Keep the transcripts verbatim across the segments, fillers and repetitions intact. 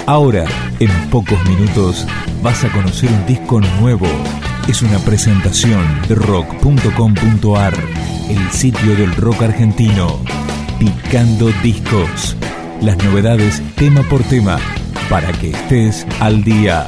Ahora, en pocos minutos, vas a conocer un disco nuevo. Es una presentación de rock punto com punto a r, el sitio del rock argentino. Picando discos. Las novedades tema por tema, para que estés al día.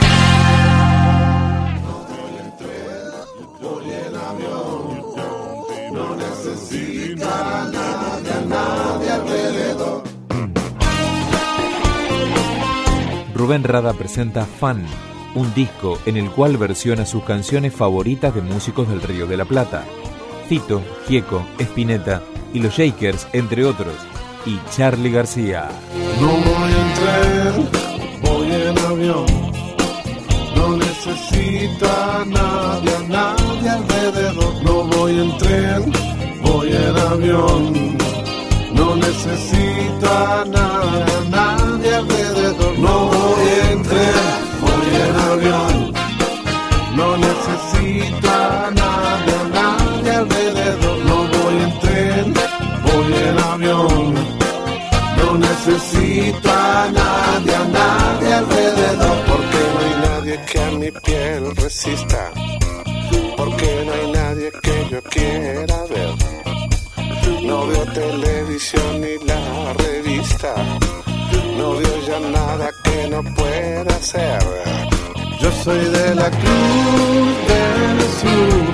Rubén Rada presenta Fan, un disco en el cual versiona sus canciones favoritas de músicos del Río de la Plata. Fito, Gieco, Spinetta y los Shakers, entre otros, y Charly García. No voy en tren, voy en avión, no necesito a nadie, a nadie alrededor. No voy en tren, voy en avión, no necesito a nadie, a nadie alrededor. No voy en tren, voy en avión, no necesito a nadie, a nadie alrededor. No voy en tren, voy en avión, no necesito a nadie, a nadie alrededor. Porque no hay nadie que a mi piel resista, porque no hay nadie que yo quiera ver. No veo televisión ni la revista, no veo ya nada que no pueda hacer. Yo soy de la Cruz del Sur,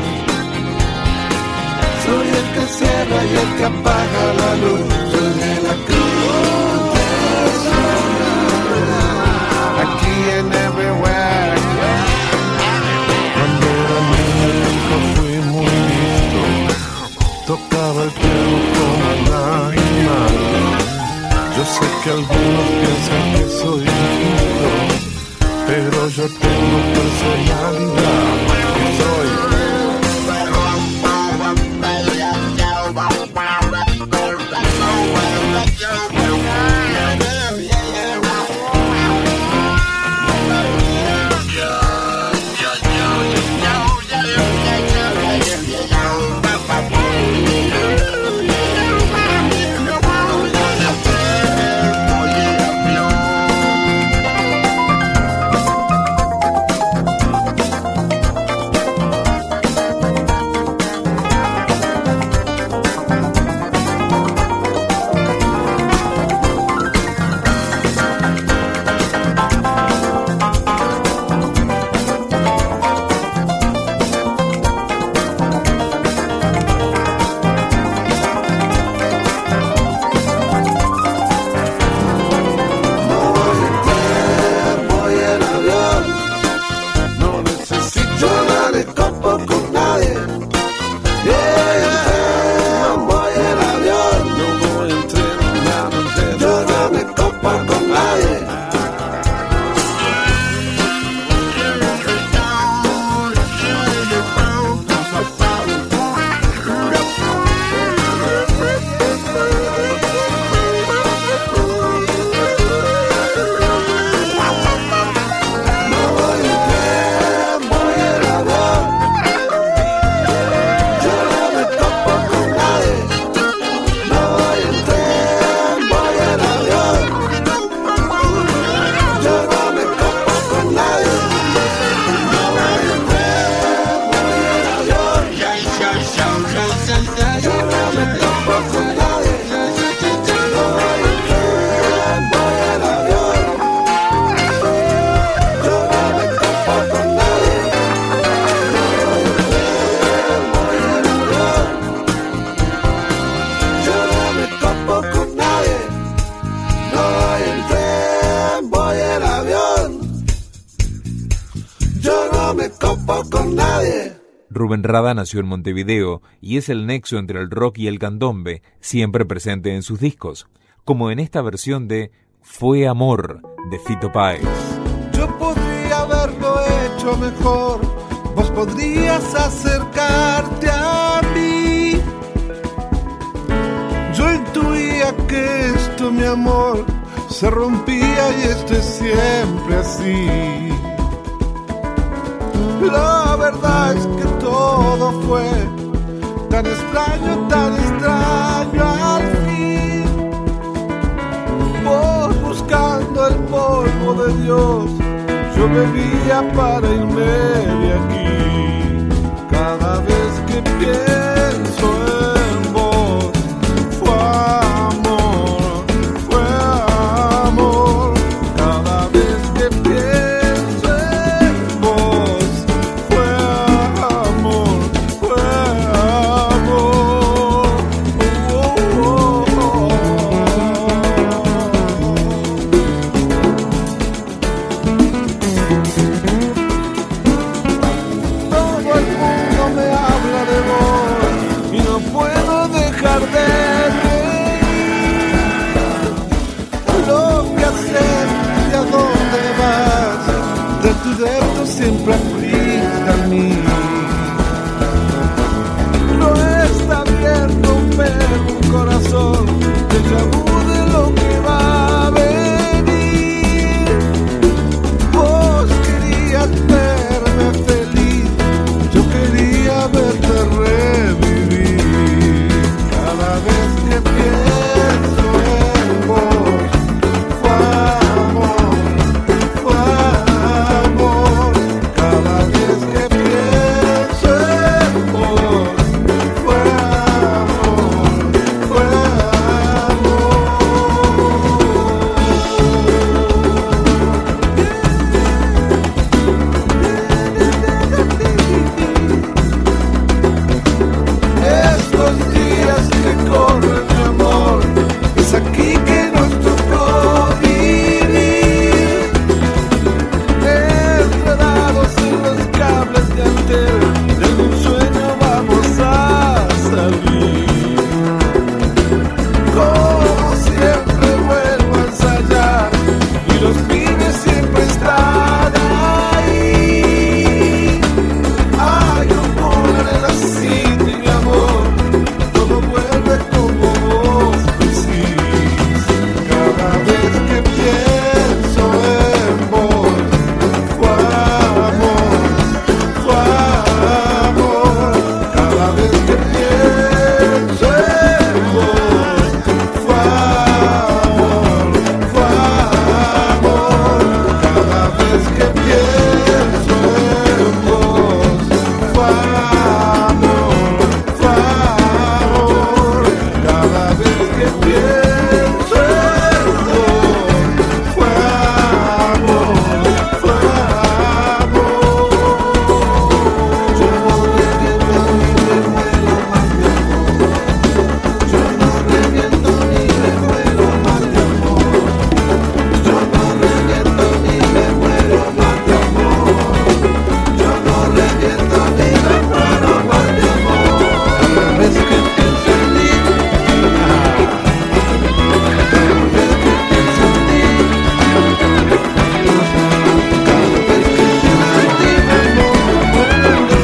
soy el que cierra y el que apaga la luz. Soy de la Cruz del Sur, aquí en everywhere. Cuando era niño fui muy listo, tocaba el piano como nadie más. Yo sé que algunos piensan que soy lindo, pero yo tengo personalidad y soy. Rubén Rada nació en Montevideo y es el nexo entre el rock y el candombe, siempre presente en sus discos, como en esta versión de Fue Amor, de Fito Páez. Yo podría haberlo hecho mejor, vos podrías acercarte a mí. Yo intuía que esto, mi amor, se rompía y esto es siempre así. La verdad es que todo fue tan extraño, tan extraño al fin. Vos buscando el polvo Dios, yo bebía para irme de aquí. Cada vez que pienso en vos, fue amor, fue amor. Cada vez que pienso en vos, fue amor, fue amor. Oh, oh, oh, oh. Todo el mundo me habla de vos y no puedo dejar de reír. Lo que haces, de a dónde vas, de tu dedo siempre aplica a mí. No está bien romper un corazón, déjà vu de lo que va a venir. Vos querías verme feliz, yo quería verte revivir. Cada vez que pienso en vos, fue amor, fue amor. Cada vez que pienso en vos, fue amor, fue amor. Estos días que corren, mi amor, es aquí que nos tocó vivir. Enredados en los cables de antena, de algún sueño vamos a salir. Como siempre vuelvo a ensayar y los pibes siempre están ahí. Hay un poder en la cita, mi amor, todo vuelve como vos decís. Cada vez que pienso en vos, fue amor, fue amor. Cada vez que pienso en vos, fue amor, fue amor. Cada vez que pienso en vos, fue amor, fue amor. Cada vez que pienso en vos, fue amor, fue amor. Yo no reviento ni me muero más de amor. Yo no reviento ni me muero más de amor. Yo no reviento ni me muero más de amor. Yo no reviento ni me muero más de amor. Cada vez que pienso en ti, cada vez que pienso en ti, cada vez que pienso en ti, me muero, muero,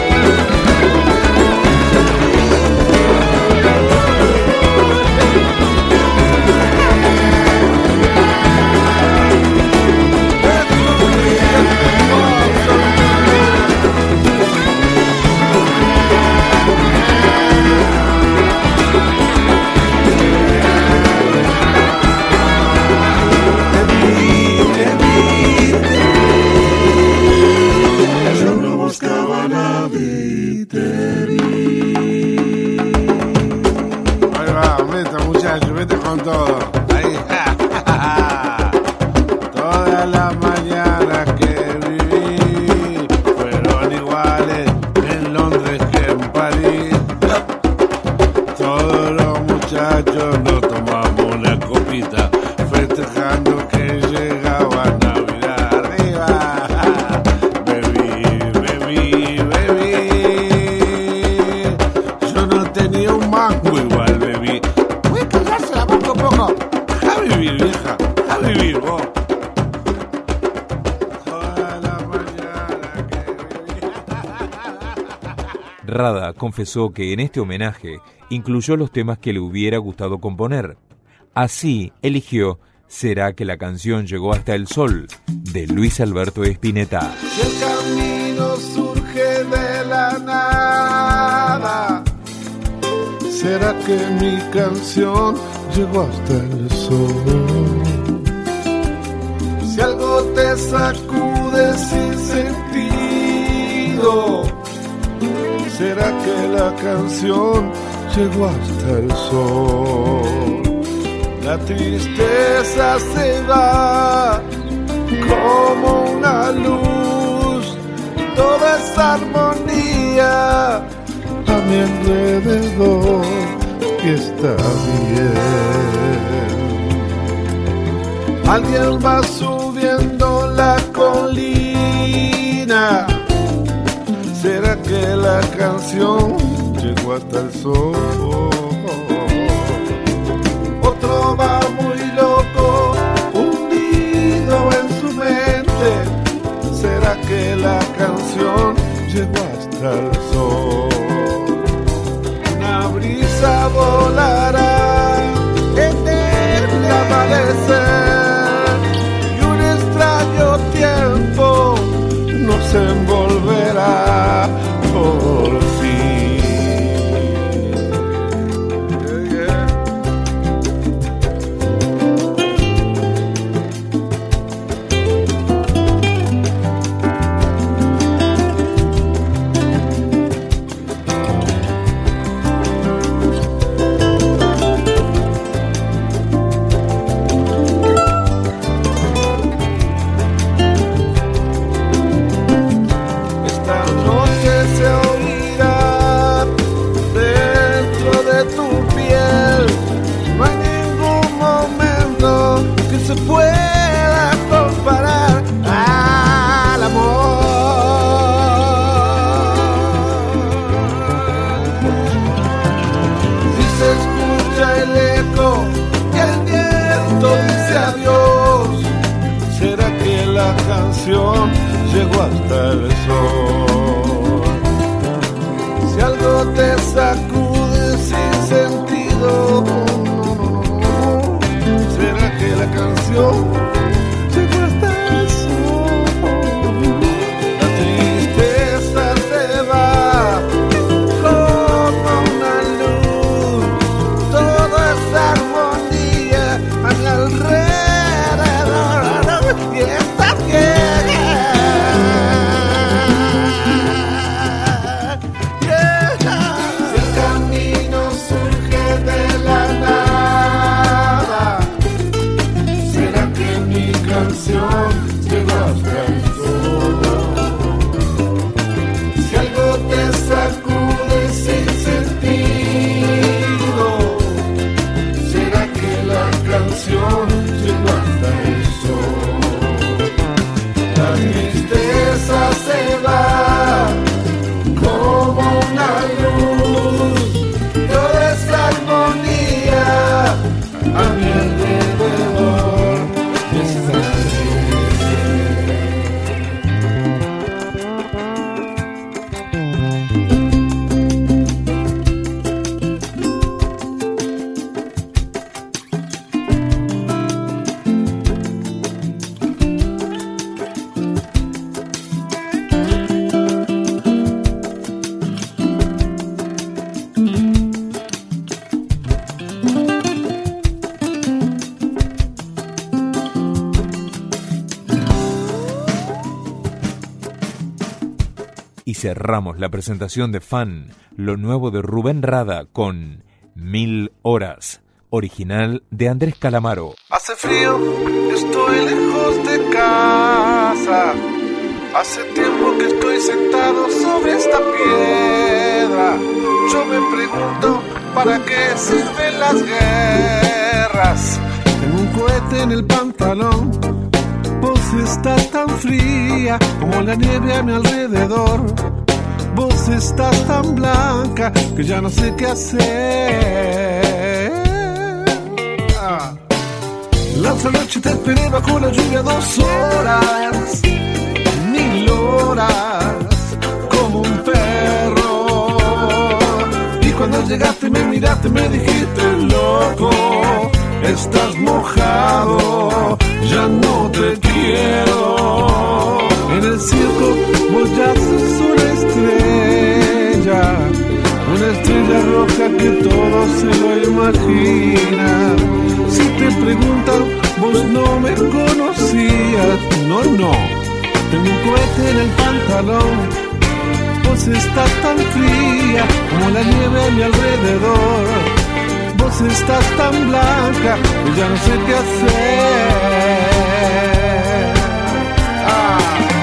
yo no buscaba a nadie y te vi. Ahí va, vete muchacho, vete con todo. Ahí. Todas las mañanas que viví fueron iguales en Londres que en París. Todos los muchachos nos tomamos una copita festejando que llegaba Navidad. Arriba, bebí, bebí, bebí. Yo no tenía un mango, igual bebí. Voy a callarse la boca un poco. A vivir, vieja, a vivir vos. Toda la mañana que viví. Rada confesó que en este homenaje incluyó los temas que le hubiera gustado componer. Así eligió ¿Será que la canción llegó hasta el sol?, de Luis Alberto Spinetta. Si el camino surge de la nada, ¿será que mi canción llegó hasta el sol? Si algo te sacude sin sentido. ¿Será que la canción llegó hasta el sol? La tristeza se va como una luz, toda esa armonía a mi alrededor y está bien. Alguien va subiendo la colina. ¿Será que la canción llegó hasta el sol? Otro va muy loco, hundido en su mente. ¿Será que la canción llegó hasta el sol? Una brisa volará en el amanecer y un extraño tiempo nos envolverá por fin. Yeah, yeah. Se pueda comparar al amor. Si se escucha el eco y el viento dice adiós, ¿será que la canción llegó hasta el sol? Si algo te sacude sin sentido, la canción llegó hasta el sol. La tristeza se va como una luz, toda esa armonía a mi alrededor y está bien. Yeah. Si el camino surge de la nada, canción llegó hasta el sol. Si algo te sacude sin sentido, ¿será que la canción llegó hasta el sol? La tristeza se va como una luz, toda esa armonía a mi alrededor. Y cerramos la presentación de Fan, lo nuevo de Rubén Rada con Mil Horas, original de Andrés Calamaro. Hace frío, estoy lejos de casa. Hace tiempo que estoy sentado sobre esta piedra. Yo me pregunto, ¿para qué sirven las guerras? Tengo un cohete en el pantalón. Vos estás tan fría como la nieve a mi alrededor. Vos estás tan blanca que ya no sé qué hacer. Ah. La otra noche te esperé bajo la lluvia dos horas, mil horas, como un perro. Y cuando llegaste me miraste, me dijiste loco, estás mojado, ya no te quiero. En el circo vos ya sos una estrella, una estrella roja que todo se lo imagina. Si te preguntan, vos no me conocías. No, no, tengo un cohete en el pantalón. Vos estás tan fría como la nieve a mi alrededor. Vos estás tan blanca que ya no sé qué hacer. Ah.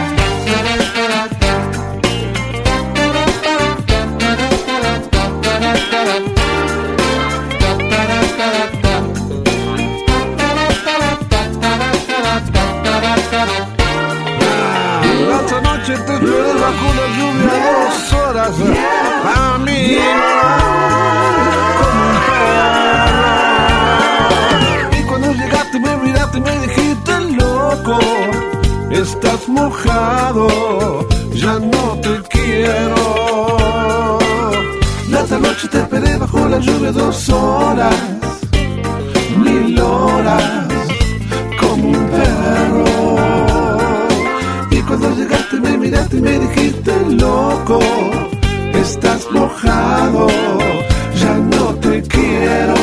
La otra noche te esperé bajo la lluvia dos horas a mí como un perro. Y cuando llegaste me miraste y me dijiste loco, estás mojado, ya no te quiero. La otra noche te esperé bajo la lluvia dos horas, mil horas como un perro. Y cuando llegaste me miraste y me dijiste loco, estás mojado, ya no te quiero.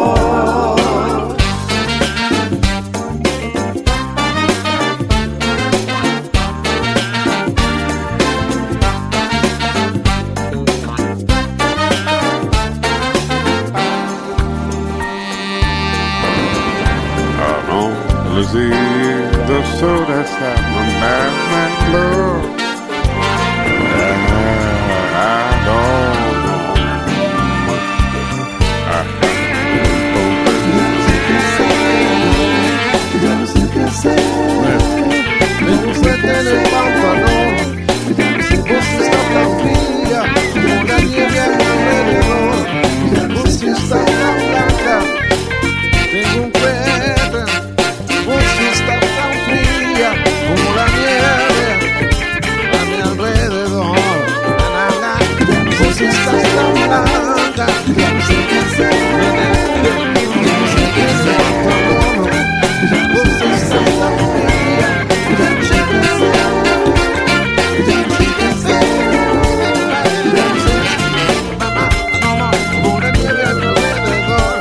See the soda sat my man, man, love. I don't know. I Ya no sé qué hacer. Me puse en el pantalón. Vos estás tan fría como la nieve a mi alrededor. Vos estás tan blanca. Tengo un cuerpo. Vos estás tan fría como la nieve a mi alrededor. Na, na, na. Vos estás tan blanca. Ya no sé qué hacer. Ya no sé qué hacer. Vos estás tan fría. Ya no sé qué hacer. Ya no sé qué hacer. Ya no sé. Mamá, mamá, como la nieve a mi alrededor.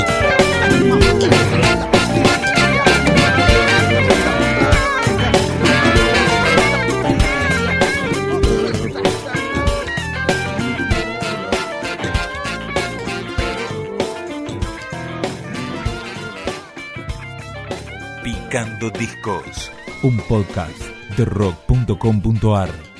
Picando Discos, un podcast de rock punto com punto ar.